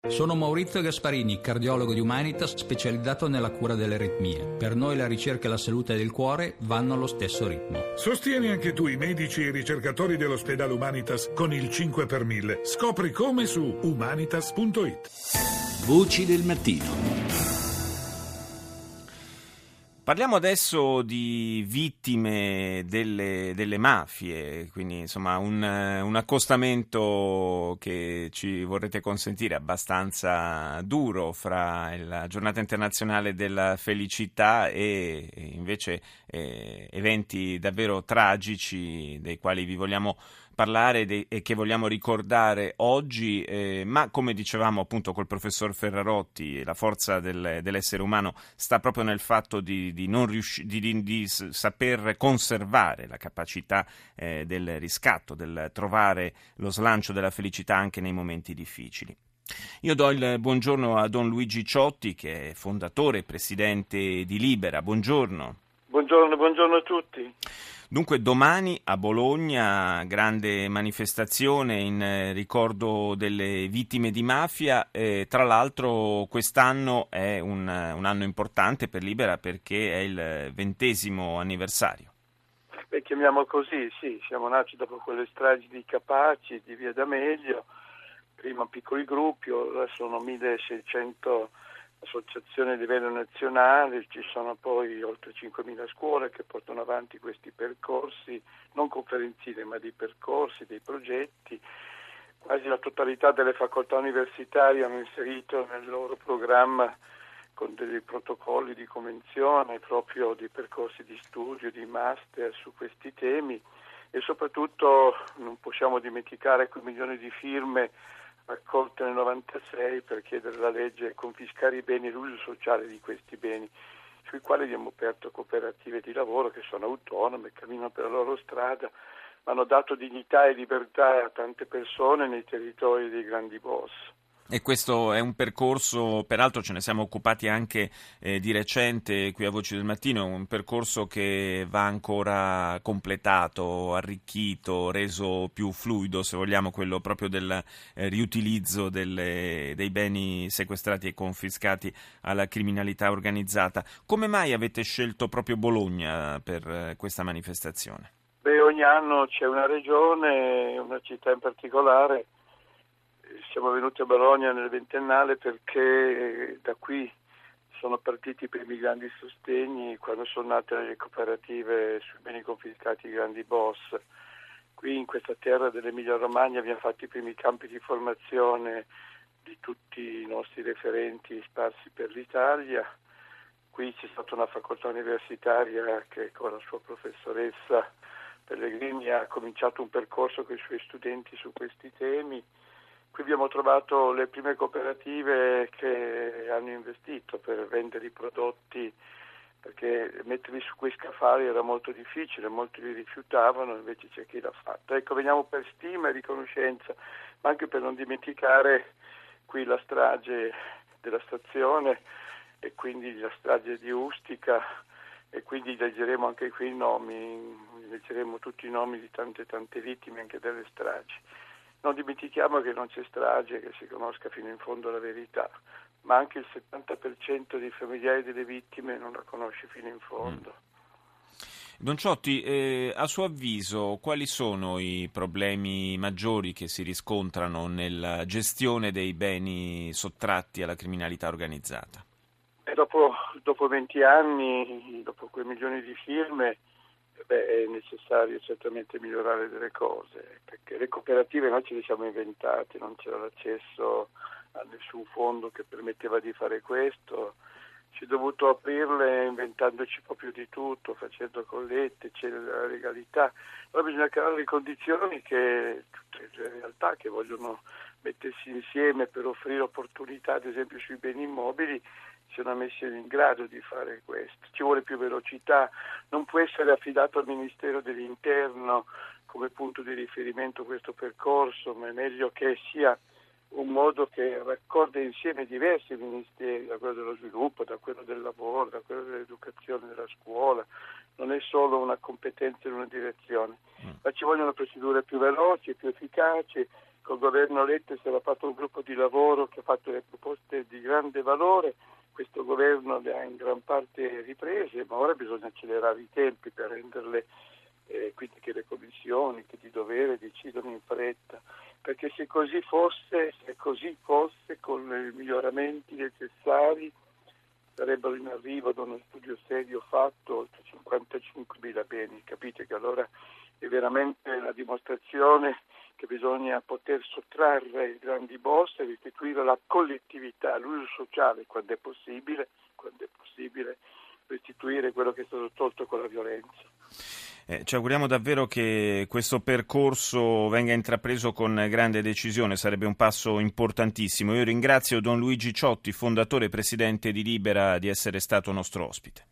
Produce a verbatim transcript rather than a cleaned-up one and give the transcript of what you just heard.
Sono Maurizio Gasparini, cardiologo di Humanitas specializzato nella cura delle aritmie. Per noi la ricerca e la salute del cuore vanno allo stesso ritmo. Sostieni anche tu i medici e i ricercatori dell'ospedale Humanitas con il cinque per mille. Scopri come su humanitas punto it. Voci del mattino. Parliamo adesso di vittime delle, delle mafie, quindi insomma un, un accostamento che ci vorrete consentire abbastanza duro fra la giornata internazionale della felicità e, e invece eh, eventi davvero tragici dei quali vi vogliamo parlare de- e che vogliamo ricordare oggi, eh, ma come dicevamo appunto col professor Ferrarotti, la forza del, dell'essere umano sta proprio nel fatto di, di, non riusci- di, di, di saper conservare la capacità eh, del riscatto, del trovare lo slancio della felicità anche nei momenti difficili. Io do il buongiorno a Don Luigi Ciotti, che è fondatore e presidente di Libera. Buongiorno. Buongiorno, buongiorno a tutti. Dunque domani a Bologna grande manifestazione in eh, ricordo delle vittime di mafia, eh, tra l'altro quest'anno è un, un anno importante per Libera perché è il ventesimo anniversario. Beh, chiamiamo così, sì, siamo nati dopo quelle stragi di Capaci, di Via D'Amelio, prima piccoli gruppi, ora sono milleseicento associazioni a livello nazionale, ci sono poi oltre cinquemila scuole che portano avanti questi percorsi, non conferenziali ma di percorsi, dei progetti. Quasi la totalità delle facoltà universitarie hanno inserito nel loro programma con dei protocolli di convenzione proprio di percorsi di studio, di master su questi temi e soprattutto non possiamo dimenticare quei milioni di firme raccolte nel novantasei per chiedere la legge e confiscare i beni e l'uso sociale di questi beni, sui quali abbiamo aperto cooperative di lavoro che sono autonome, camminano per la loro strada, ma hanno dato dignità e libertà a tante persone nei territori dei grandi boss. E questo è un percorso, peraltro ce ne siamo occupati anche eh, di recente qui a Voci del Mattino, un percorso che va ancora completato, arricchito, reso più fluido, se vogliamo, quello proprio del eh, riutilizzo delle, dei beni sequestrati e confiscati alla criminalità organizzata. Come mai avete scelto proprio Bologna per eh, questa manifestazione? Beh, ogni anno c'è una regione, una città in particolare. Siamo venuti a Bologna nel ventennale perché da qui sono partiti i primi grandi sostegni quando sono nate le cooperative sui beni confiscati ai grandi boss. Qui in questa terra dell'Emilia Romagna abbiamo fatto i primi campi di formazione di tutti i nostri referenti sparsi per l'Italia. Qui c'è stata una facoltà universitaria che con la sua professoressa Pellegrini ha cominciato un percorso con i suoi studenti su questi temi. Qui abbiamo trovato le prime cooperative che hanno investito per vendere i prodotti, perché metterli su quei scaffali era molto difficile, molti li rifiutavano, invece c'è chi l'ha fatto. Ecco, veniamo per stima e riconoscenza, ma anche per non dimenticare qui la strage della stazione e quindi la strage di Ustica, e quindi leggeremo anche qui i nomi, leggeremo tutti i nomi di tante tante vittime anche delle stragi. Non dimentichiamo che non c'è strage che si conosca fino in fondo la verità, ma anche il settanta per cento dei familiari delle vittime non la conosce fino in fondo. Don Ciotti, eh, a suo avviso quali sono i problemi maggiori che si riscontrano nella gestione dei beni sottratti alla criminalità organizzata? E dopo, dopo venti anni, dopo quei milioni di firme, beh, è necessario certamente migliorare delle cose, perché le cooperative noi ce le siamo inventate, non c'era l'accesso a nessun fondo che permetteva di fare questo, ci è dovuto aprirle inventandoci proprio di tutto, facendo collette, c'è la legalità, però bisogna creare le condizioni che tutte le realtà che vogliono mettersi insieme per offrire opportunità, ad esempio sui beni immobili, siano messi in grado di fare questo. Ci vuole più velocità, non può essere affidato al Ministero dell'Interno come punto di riferimento questo percorso, ma è meglio che sia un modo che raccorda insieme diversi ministeri, da quello dello sviluppo, da quello del lavoro, da quello dell'educazione, della scuola. Non è solo una competenza in una direzione, ma ci vogliono procedure più veloci, più efficaci col governo Letta è stato fatto un gruppo di lavoro che ha fatto delle proposte di grande valore, questo governo le ha in gran parte riprese, ma ora bisogna accelerare i tempi per renderle, eh, quindi che le commissioni, che di dovere decidono in fretta, perché se così fosse, se così fosse, con i miglioramenti necessari, sarebbero in arrivo da uno studio serio fatto oltre cinquantacinquemila beni. Capite che allora è veramente la dimostrazione che bisogna poter sottrarre i grandi boss e restituire la collettività, l'uso sociale quando è possibile, quando è possibile restituire quello che è stato tolto con la violenza. Eh, ci auguriamo davvero che questo percorso venga intrapreso con grande decisione, sarebbe un passo importantissimo. Io ringrazio Don Luigi Ciotti, fondatore e presidente di Libera, di essere stato nostro ospite.